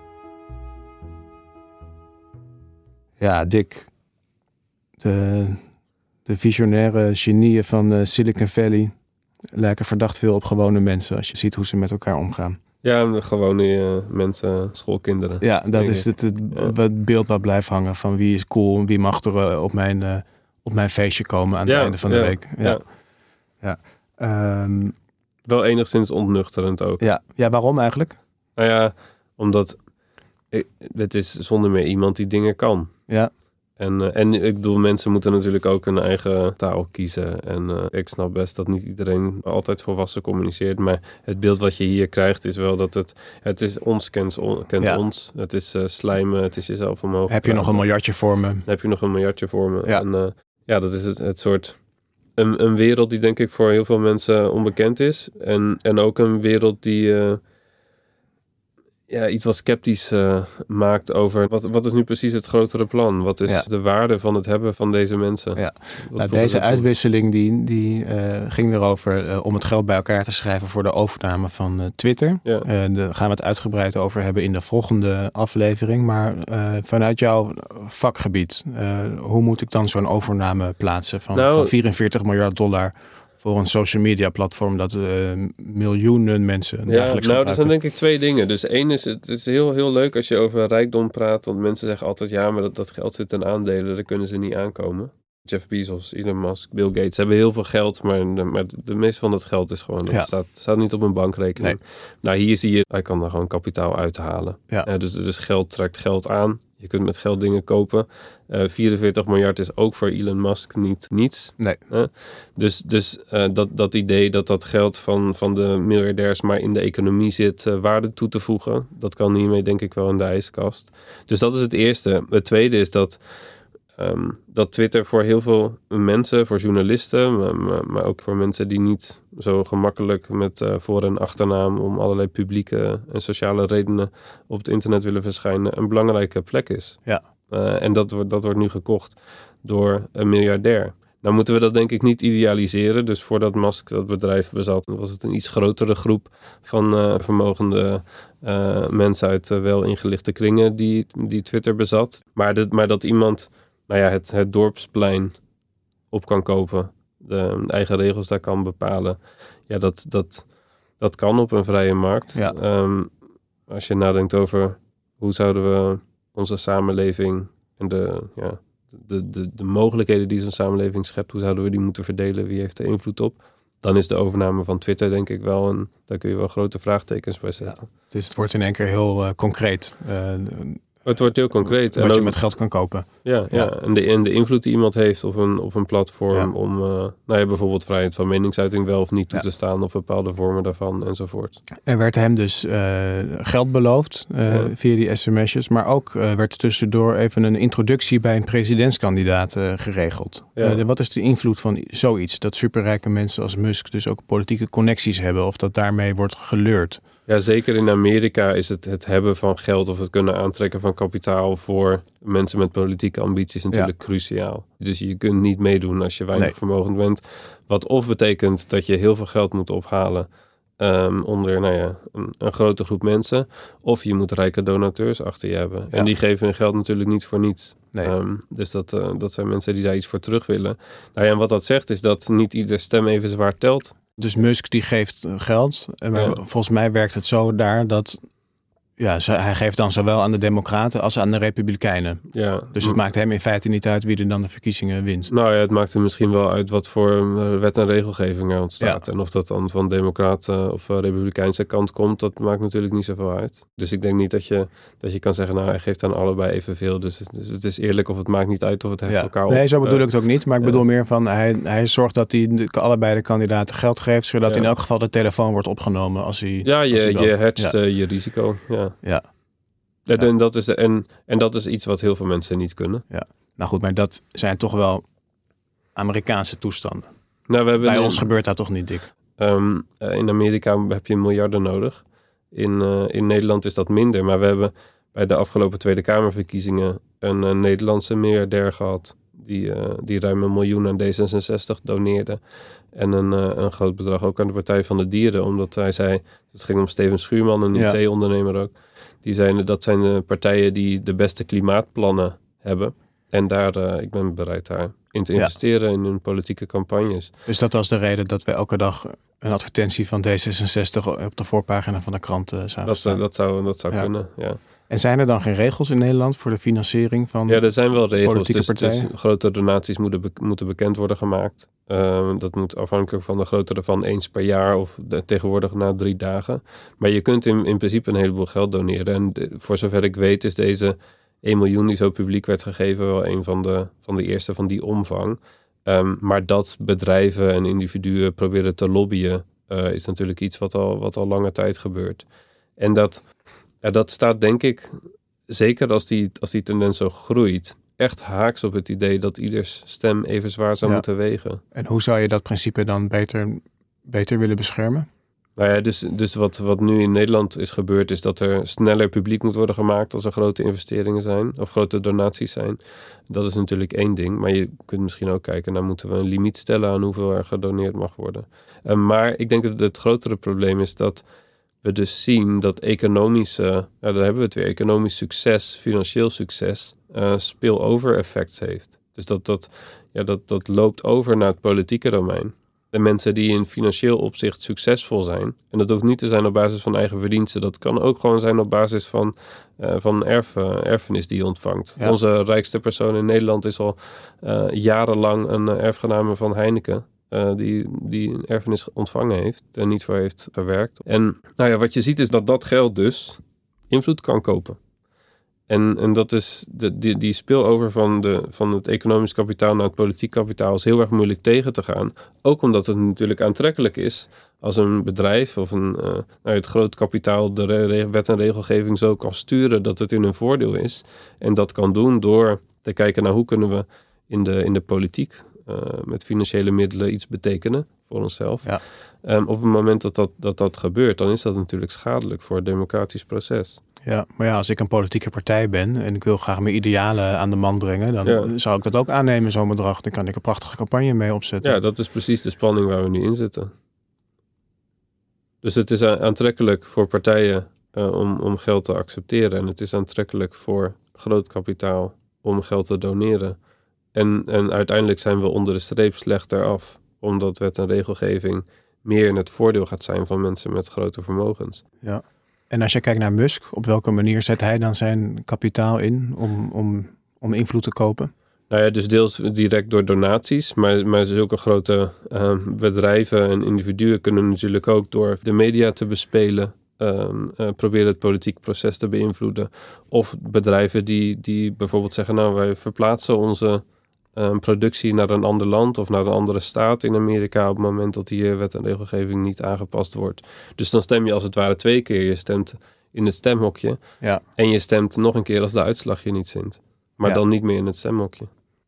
Ja, Dick. De, de visionaire genieën van uh, Silicon Valley lijken verdacht veel op gewone mensen als je ziet hoe ze met elkaar omgaan. Ja, gewone uh, mensen, schoolkinderen. Ja, dat is het, het, ja. het beeld wat blijft hangen van wie is cool en wie mag er uh, op, mijn, uh, op mijn feestje komen aan het ja, einde van de ja, week. Ja. Ja. Ja. Um, Wel enigszins ontnuchterend ook. Ja, ja, waarom eigenlijk? Nou ja, omdat het is zonder meer iemand die dingen kan. Ja. En, uh, en ik bedoel, mensen moeten natuurlijk ook hun eigen taal kiezen. En uh, ik snap best dat niet iedereen altijd volwassen communiceert. Maar het beeld wat je hier krijgt is wel dat het... Het is ons kent, on, kent ja. ons. Het is uh, slijmen, het is jezelf omhoog. Heb je nog een miljardje voor me? Heb je nog een miljardje voor me? Ja, en, uh, ja dat is het, het soort een, een wereld die denk ik voor heel veel mensen onbekend is. En, en ook een wereld die uh, ja, iets wat sceptisch uh, maakt over wat, wat is nu precies het grotere plan? Wat is ja. de waarde van het hebben van deze mensen? Ja. Nou, deze uitwisseling die, die uh, ging erover uh, om het geld bij elkaar te schrijven voor de overname van uh, Twitter. Ja. Uh, daar gaan we het uitgebreid over hebben in de volgende aflevering. Maar uh, vanuit jouw vakgebied, uh, hoe moet ik dan zo'n overname plaatsen van, nou, van vierenveertig miljard dollar... voor een social media platform dat uh, miljoenen mensen dagelijks gebruiken? Nou, dat zijn denk ik twee dingen. Dus één is, het is heel, heel leuk als je over rijkdom praat. Want mensen zeggen altijd, ja, maar dat, dat geld zit in aandelen. Daar kunnen ze niet aankomen. Jeff Bezos, Elon Musk, Bill Gates hebben heel veel geld. Maar, maar de meeste van dat geld is gewoon, dat ja. staat, staat niet op een bankrekening. Nee. Nou, hier zie je, hij kan er gewoon kapitaal uithalen. Ja. Uh, dus, dus geld trekt geld aan. Je kunt met geld dingen kopen. Uh, vierenveertig miljard is ook voor Elon Musk niet niets. Nee. Uh, dus dus uh, dat, dat idee dat dat geld van, van de miljardairs maar in de economie zit uh, waarde toe te voegen, dat kan hiermee denk ik wel in de ijskast. Dus dat is het eerste. Het tweede is dat, um, dat Twitter voor heel veel mensen, voor journalisten, maar, maar, maar ook voor mensen die niet zo gemakkelijk met uh, voor- en achternaam om allerlei publieke en sociale redenen op het internet willen verschijnen, een belangrijke plek is. Ja. Uh, en dat wordt, dat wordt nu gekocht door een miljardair. Nou moeten we dat denk ik niet idealiseren. Dus voordat Musk dat bedrijf bezat, was het een iets grotere groep van uh, vermogende uh, mensen uit uh, wel ingelichte kringen die, die Twitter bezat. Maar, dit, maar dat iemand nou ja, het, het dorpsplein op kan kopen, de eigen regels daar kan bepalen. Ja, dat, dat, dat kan op een vrije markt. Ja. Um, als je nadenkt over hoe zouden we onze samenleving en de, ja, de, de, de mogelijkheden die zo'n samenleving schept, hoe zouden we die moeten verdelen? Wie heeft er invloed op? Dan is de overname van Twitter denk ik wel een, daar kun je wel grote vraagtekens bij zetten. Ja, dus het wordt in één keer heel uh, concreet. Uh, Het wordt heel concreet. Wat en je ook, met geld kan kopen. Ja, ja. ja. En, de, en de invloed die iemand heeft op een, op een platform ja. om uh, nou ja, bijvoorbeeld vrijheid van meningsuiting wel of niet toe ja. te staan of bepaalde vormen daarvan enzovoort. Er werd hem dus uh, geld beloofd uh, ja. via die sms'jes, maar ook uh, werd er tussendoor even een introductie bij een presidentskandidaat uh, geregeld. Ja. Uh, de, wat is de invloed van zoiets? Dat superrijke mensen als Musk dus ook politieke connecties hebben of dat daarmee wordt geleurd? Ja, zeker in Amerika is het het hebben van geld of het kunnen aantrekken van kapitaal voor mensen met politieke ambities natuurlijk ja. cruciaal. Dus je kunt niet meedoen als je weinig nee. vermogend bent. Wat of betekent dat je heel veel geld moet ophalen um, onder nou ja, een, een grote groep mensen. Of je moet rijke donateurs achter je hebben. Ja. En die geven hun geld natuurlijk niet voor niets. Nee. Um, dus dat, uh, dat zijn mensen die daar iets voor terug willen. Nou ja, en wat dat zegt is dat niet iedere stem even zwaar telt. Dus Musk die geeft geld. Maar ja. volgens mij werkt het zo daar dat ja, hij geeft dan zowel aan de Democraten als aan de Republikeinen. Ja. Dus het maakt hem in feite niet uit wie er dan de verkiezingen wint. Nou ja, het maakt er misschien wel uit wat voor wet en regelgeving er ontstaat. Ja. En of dat dan van de Democraten of Republikeinse kant komt, dat maakt natuurlijk niet zoveel uit. Dus ik denk niet dat je, dat je kan zeggen, nou hij geeft aan allebei evenveel. Dus, dus het is eerlijk of het maakt niet uit of het heft ja. elkaar op. Nee, zo bedoel ik het ook niet. Maar ik ja. bedoel meer van, hij, hij zorgt dat hij de, allebei de kandidaten geld geeft, zodat ja. in elk geval de telefoon wordt opgenomen als hij... Ja, je, als hij je hedgt ja. je risico. Ja. Ja. Ja. En, dat is de, en, en dat is iets wat heel veel mensen niet kunnen. Ja. Nou goed, maar dat zijn toch wel Amerikaanse toestanden. Nou, we hebben Bij in, ons gebeurt dat toch niet, Dick? Um, in Amerika heb je miljarden nodig. In, uh, in Nederland is dat minder. Maar we hebben bij de afgelopen Tweede Kamerverkiezingen een uh, Nederlandse miljardair gehad. Die, uh, die ruim een miljoen aan D zesenzestig doneerde. En een, uh, een groot bedrag ook aan de Partij van de Dieren. Omdat hij zei, het ging om Steven Schuurman, een ja. I T-ondernemer ook. Die zeiden, dat zijn de partijen die de beste klimaatplannen hebben. En daar, uh, ik ben bereid daar in te investeren ja. in hun politieke campagnes. Dus dat was de reden dat we elke dag een advertentie van D zesenzestig op de voorpagina van de krant uh, zagen dat, staan. Dat zou, dat zou ja. kunnen, ja. En zijn er dan geen regels in Nederland voor de financiering van Ja, er zijn wel regels. Dus, dus grote donaties moeten, be- moeten bekend worden gemaakt. Uh, dat moet afhankelijk van de grootte ervan eens per jaar of de, tegenwoordig na drie dagen. Maar je kunt in, in principe een heleboel geld doneren. En de, voor zover ik weet is deze één miljoen die zo publiek werd gegeven wel een van de, van de eerste van die omvang. Um, maar dat bedrijven en individuen proberen te lobbyen uh, is natuurlijk iets wat al, wat al lange tijd gebeurt. En dat... Ja, dat staat denk ik, zeker als die, als die tendens zo groeit, echt haaks op het idee dat ieders stem even zwaar zou Ja. moeten wegen. En hoe zou je dat principe dan beter, beter willen beschermen? Nou ja, dus, dus wat, wat nu in Nederland is gebeurd, is dat er sneller publiek moet worden gemaakt als er grote investeringen zijn of grote donaties zijn. Dat is natuurlijk één ding, maar je kunt misschien ook kijken naar, moeten we een limiet stellen aan hoeveel er gedoneerd mag worden. Uh, maar ik denk dat het grotere probleem is dat we dus zien dat economische, nou, daar hebben we het weer, economisch succes, financieel succes, uh, spill-over effects heeft. Dus dat, dat, ja, dat, dat loopt over naar het politieke domein. De mensen die in financieel opzicht succesvol zijn, en dat hoeft niet te zijn op basis van eigen verdiensten, dat kan ook gewoon zijn op basis van, uh, van erf, uh, erfenis die je ontvangt. Ja. Onze rijkste persoon in Nederland is al uh, jarenlang een uh, erfgename van Heineken. Uh, die, die een erfenis ontvangen heeft en niet voor heeft gewerkt. En nou ja, wat je ziet is dat dat geld dus invloed kan kopen. En, en dat is de, die, die spillover van, de, van het economisch kapitaal naar het politiek kapitaal is heel erg moeilijk tegen te gaan. Ook omdat het natuurlijk aantrekkelijk is als een bedrijf of een, uh, nou, het groot kapitaal de re- wet en regelgeving zo kan sturen dat het in hun voordeel is. En dat kan doen door te kijken naar hoe kunnen we in de, in de politiek Uh, met financiële middelen iets betekenen voor onszelf. Ja. Um, op het moment dat dat, dat dat gebeurt, dan is dat natuurlijk schadelijk voor het democratisch proces. Ja, maar ja, als ik een politieke partij ben en ik wil graag mijn idealen aan de man brengen, dan ja. zou ik dat ook aannemen, zo'n bedrag. Dan kan ik een prachtige campagne mee opzetten. Ja, dat is precies de spanning waar we nu in zitten. Dus het is aantrekkelijk voor partijen uh, om, om geld te accepteren. En het is aantrekkelijk voor groot kapitaal om geld te doneren. En, en uiteindelijk zijn we onder de streep slechter af, omdat wet en regelgeving meer in het voordeel gaat zijn van mensen met grote vermogens. Ja. En als je kijkt naar Musk, op welke manier zet hij dan zijn kapitaal in om, om, om invloed te kopen? Nou ja, dus deels direct door donaties, maar, maar zulke grote uh, bedrijven en individuen kunnen natuurlijk ook door de media te bespelen, Um, uh, proberen het politiek proces te beïnvloeden. Of bedrijven die, die bijvoorbeeld zeggen, nou, wij verplaatsen onze um, productie naar een ander land of naar een andere staat in Amerika op het moment dat die wet en regelgeving niet aangepast wordt. Dus dan stem je als het ware twee keer. Je stemt in het stemhokje ja. en je stemt nog een keer als de uitslag je niet zint. Maar ja. dan niet meer in het stemhokje.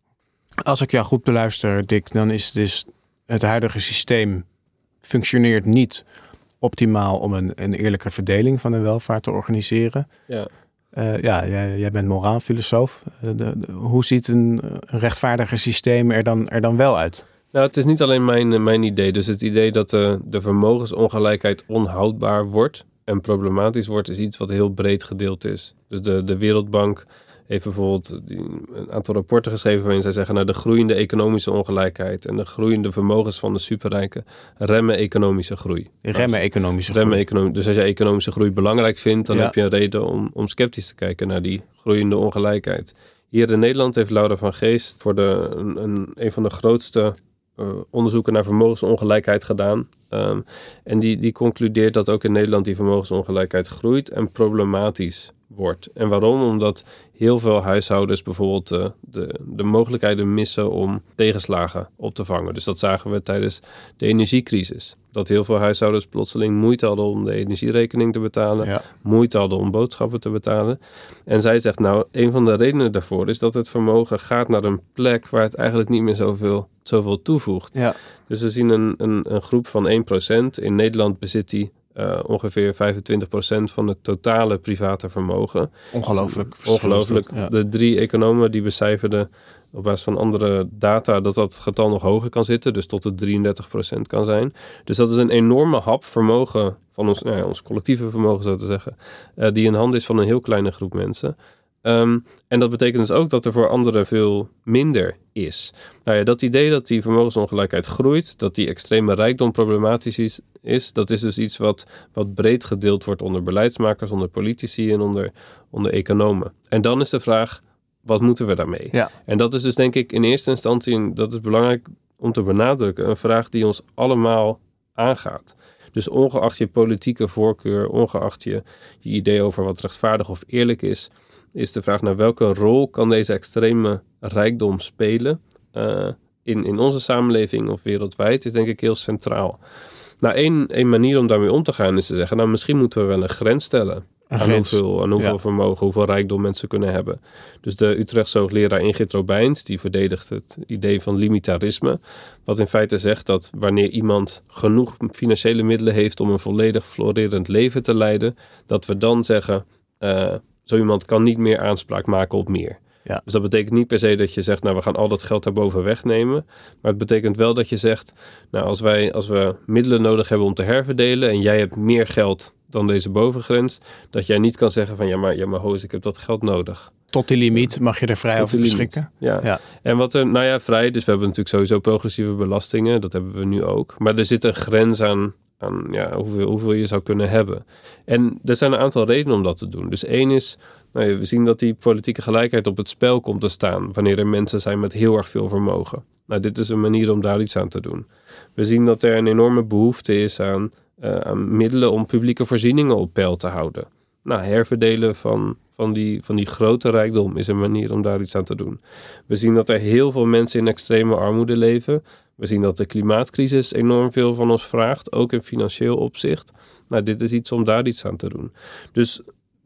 Als ik jou goed beluister, Dick, dan is dus het huidige systeem functioneert niet optimaal om een, een eerlijke verdeling van de welvaart te organiseren. Ja, uh, ja jij, jij bent moraalfilosoof. Uh, de, de, hoe ziet een, een rechtvaardiger systeem er dan, er dan wel uit? Nou, het is niet alleen mijn, mijn idee. Dus het idee dat de, de vermogensongelijkheid onhoudbaar wordt en problematisch wordt, is iets wat heel breed gedeeld is. Dus de, de Wereldbank heeft bijvoorbeeld een aantal rapporten geschreven waarin zij zeggen, nou, de groeiende economische ongelijkheid en de groeiende vermogens van de superrijken remmen economische groei. Remmen economische remmen groei. Econom- dus als je economische groei belangrijk vindt, dan ja. heb je een reden om, om sceptisch te kijken naar die groeiende ongelijkheid. Hier in Nederland heeft Laura van Geest voor de, een, een, een van de grootste uh, onderzoeken naar vermogensongelijkheid gedaan. Um, en die, die concludeert dat ook in Nederland die vermogensongelijkheid groeit en problematisch wordt. En waarom? Omdat heel veel huishoudens bijvoorbeeld uh, de, de mogelijkheden missen om tegenslagen op te vangen. Dus dat zagen we tijdens de energiecrisis. Dat heel veel huishoudens plotseling moeite hadden om de energierekening te betalen. Ja. Moeite hadden om boodschappen te betalen. En zij zegt, nou, een van de redenen daarvoor is dat het vermogen gaat naar een plek waar het eigenlijk niet meer zoveel, zoveel toevoegt. Ja. Dus we zien een, een, een groep van één procent. In Nederland bezit die Uh, ongeveer vijfentwintig procent van het totale private vermogen. Ongelooflijk. Ongelooflijk. Ja. De drie economen die becijferden op basis van andere data dat dat getal nog hoger kan zitten. Dus tot de drieëndertig procent kan zijn. Dus dat is een enorme hap vermogen van ons, nou ja, ons collectieve vermogen, zo te zeggen. Uh, die in handen is van een heel kleine groep mensen. Um, en dat betekent dus ook dat er voor anderen veel minder is. Nou ja, dat idee dat die vermogensongelijkheid groeit, dat die extreme rijkdom problematisch is, is dat is dus iets wat, wat breed gedeeld wordt onder beleidsmakers, onder politici en onder, onder economen. En dan is de vraag, wat moeten we daarmee? Ja. En dat is dus denk ik in eerste instantie, en dat is belangrijk om te benadrukken, een vraag die ons allemaal aangaat. Dus ongeacht je politieke voorkeur, ongeacht je, je idee over wat rechtvaardig of eerlijk is, is de vraag naar welke rol kan deze extreme rijkdom spelen uh, in, in onze samenleving of wereldwijd, is denk ik heel centraal. Nou, één, één manier om daarmee om te gaan is te zeggen, nou, misschien moeten we wel een grens stellen Aan hoeveel, aan hoeveel ja. vermogen, hoeveel rijkdom mensen kunnen hebben. Dus de Utrechtse hoogleraar Ingrid Robijns, die verdedigt het idee van limitarisme. Wat in feite zegt dat wanneer iemand genoeg financiële middelen heeft om een volledig florerend leven te leiden, dat we dan zeggen, uh, zo iemand kan niet meer aanspraak maken op meer. Ja. Dus dat betekent niet per se dat je zegt, nou we gaan al dat geld daarboven wegnemen. Maar het betekent wel dat je zegt, nou als wij als we middelen nodig hebben om te herverdelen en jij hebt meer geld dan deze bovengrens, dat jij niet kan zeggen van ja maar, ja, maar hoes, ik heb dat geld nodig. Tot die limiet mag je er vrij Tot over beschikken. Ja. ja. En wat er, nou ja, vrij, dus we hebben natuurlijk sowieso progressieve belastingen, dat hebben we nu ook. Maar er zit een grens aan, aan ja, hoeveel, hoeveel je zou kunnen hebben. En er zijn een aantal redenen om dat te doen. Dus één is, nou ja, we zien dat die politieke gelijkheid op het spel komt te staan wanneer er mensen zijn met heel erg veel vermogen. Nou, dit is een manier om daar iets aan te doen. We zien dat er een enorme behoefte is aan, uh, aan middelen om publieke voorzieningen op peil te houden. Nou, herverdelen van, van, die, van die grote rijkdom is een manier om daar iets aan te doen. We zien dat er heel veel mensen in extreme armoede leven. We zien dat de klimaatcrisis enorm veel van ons vraagt, ook in financieel opzicht. Nou, dit is iets om daar iets aan te doen. Dus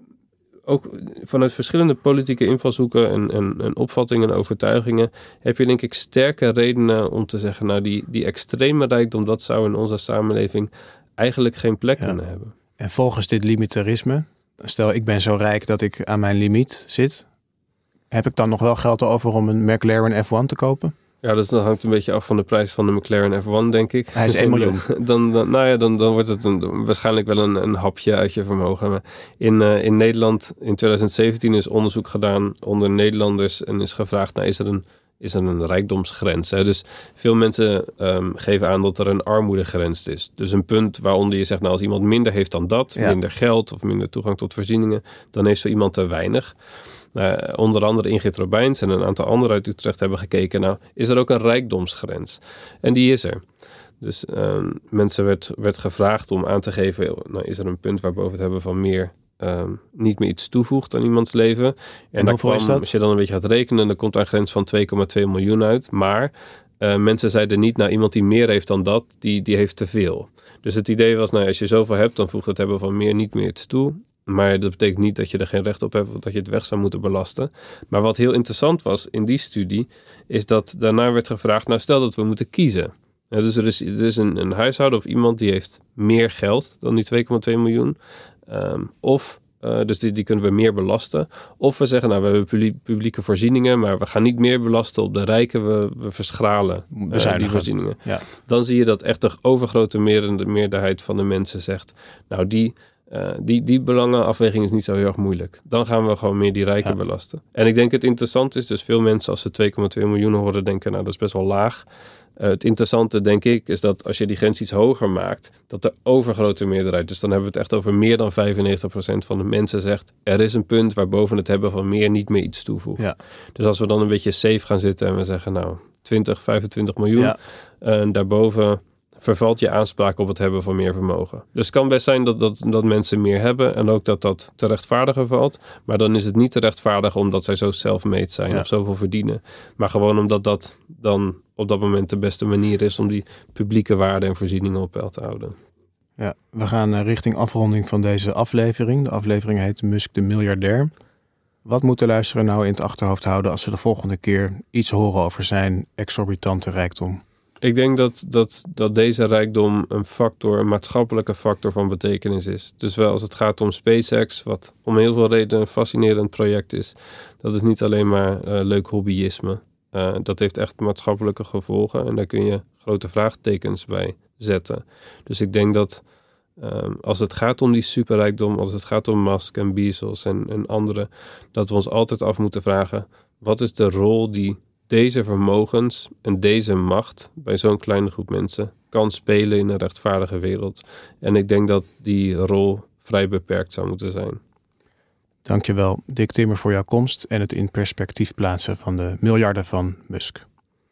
ook vanuit verschillende politieke invalshoeken en, en, en opvattingen en overtuigingen heb je denk ik sterke redenen om te zeggen, nou die, die extreme rijkdom, dat zou in onze samenleving eigenlijk geen plek ja. kunnen hebben. En volgens dit limitarisme, stel ik ben zo rijk dat ik aan mijn limiet zit, heb ik dan nog wel geld over om een McLaren F één te kopen? Ja, dus dat hangt een beetje af van de prijs van de McLaren F één, denk ik. Hij is één miljoen. Dan, dan, nou ja, dan, dan wordt het een, waarschijnlijk wel een, een hapje uit je vermogen. Maar in, uh, in Nederland in twintig zeventien is onderzoek gedaan onder Nederlanders en is gevraagd, nou, is er een, is er een rijkdomsgrens? Hè? Dus veel mensen um, geven aan dat er een armoedegrens is. Dus een punt waaronder je zegt, nou, als iemand minder heeft dan dat, ja. minder geld of minder toegang tot voorzieningen, dan heeft zo iemand te weinig. Uh, onder andere Ingrid Robijns en een aantal anderen uit Utrecht hebben gekeken. Nou, is er ook een rijkdomsgrens? En die is er. Dus uh, mensen werd, werd gevraagd om aan te geven, nou, is er een punt waarboven het hebben van meer uh, niet meer iets toevoegt aan iemands leven. En, en hoeveel kwam, is dat? Als je dan een beetje gaat rekenen, dan komt daar een grens van twee komma twee miljoen uit. Maar uh, mensen zeiden niet, nou, iemand die meer heeft dan dat, die, die heeft te veel. Dus het idee was, nou, als je zoveel hebt, dan voegt het hebben van meer niet meer iets toe. Maar dat betekent niet dat je er geen recht op hebt of dat je het weg zou moeten belasten. Maar wat heel interessant was in die studie, is dat daarna werd gevraagd, nou stel dat we moeten kiezen. Ja, dus er is, er is een, een huishouden of iemand die heeft meer geld dan die twee komma twee miljoen. Um, of, uh, dus die, die kunnen we meer belasten. Of we zeggen, nou we hebben publie, publieke voorzieningen, maar we gaan niet meer belasten op de rijken. We, we verschralen uh, die voorzieningen. Ja. Dan zie je dat echt de overgrote meerderheid van de mensen zegt, nou die... Uh, die, die belangenafweging is niet zo heel erg moeilijk. Dan gaan we gewoon meer die rijken ja. belasten. En ik denk het interessant is, dus veel mensen als ze twee komma twee miljoen horen denken, nou dat is best wel laag. Uh, het interessante denk ik is dat als je die grens iets hoger maakt, dat de overgrote meerderheid, dus dan hebben we het echt over meer dan vijfennegentig procent van de mensen zegt, er is een punt waarboven het hebben van meer niet meer iets toevoegt. Ja. Dus als we dan een beetje safe gaan zitten en we zeggen nou twintig, vijfentwintig miljoen, ja. uh, daarboven vervalt je aanspraak op het hebben van meer vermogen. Dus het kan best zijn dat, dat, dat mensen meer hebben en ook dat dat te rechtvaardigen valt. Maar dan is het niet te rechtvaardigen omdat zij zo self-made zijn ja. of zoveel verdienen. Maar gewoon omdat dat dan op dat moment de beste manier is om die publieke waarden en voorzieningen op peil te houden. Ja, we gaan richting afronding van deze aflevering. De aflevering heet Musk de miljardair. Wat moet de luisteraar nou in het achterhoofd houden als ze de volgende keer iets horen over zijn exorbitante rijkdom? Ik denk dat, dat, dat deze rijkdom een factor, een maatschappelijke factor van betekenis is. Dus wel als het gaat om SpaceX, wat om heel veel redenen een fascinerend project is. Dat is niet alleen maar uh, leuk hobbyisme. Uh, dat heeft echt maatschappelijke gevolgen en daar kun je grote vraagtekens bij zetten. Dus ik denk dat uh, als het gaat om die superrijkdom, als het gaat om Musk en Bezos en, en anderen, dat we ons altijd af moeten vragen, wat is de rol die deze vermogens en deze macht bij zo'n kleine groep mensen kan spelen in een rechtvaardige wereld. En ik denk dat die rol vrij beperkt zou moeten zijn. Dankjewel, Dick Timmer, voor jouw komst en het in perspectief plaatsen van de miljarden van Musk.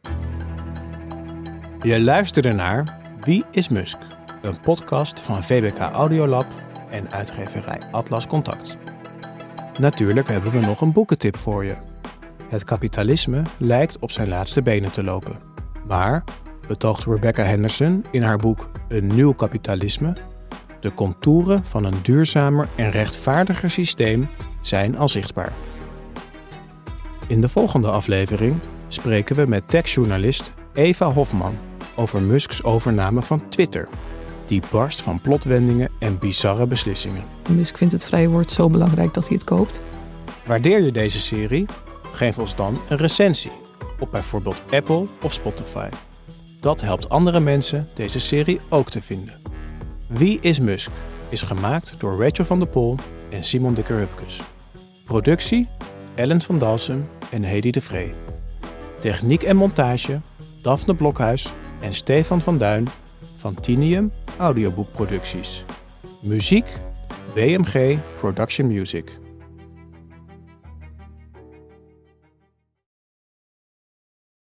Je luisterde naar Wie is Musk? Een podcast van V B K Audiolab en uitgeverij Atlas Contact. Natuurlijk hebben we nog een boekentip voor je. Het kapitalisme lijkt op zijn laatste benen te lopen. Maar, betoogt Rebecca Henderson in haar boek Een nieuw kapitalisme, De contouren van een duurzamer en rechtvaardiger systeem zijn al zichtbaar. In de volgende aflevering spreken we met techjournalist Eva Hofman over Musks overname van Twitter. Die barst van plotwendingen en bizarre beslissingen. Musk vindt het vrije woord zo belangrijk dat hij het koopt. Waardeer je deze serie? Geef ons dan een recensie op bijvoorbeeld Apple of Spotify. Dat helpt andere mensen deze serie ook te vinden. Wie is Musk? Is gemaakt door Rachel van der Pol en Simon Dikker-Hupkes. Productie Ellen van Dalsem en Hedy de Vree. Techniek en montage Daphne Blokhuis en Stefan van Duin van Tinium Audioboekproducties. Muziek B M G Production Music.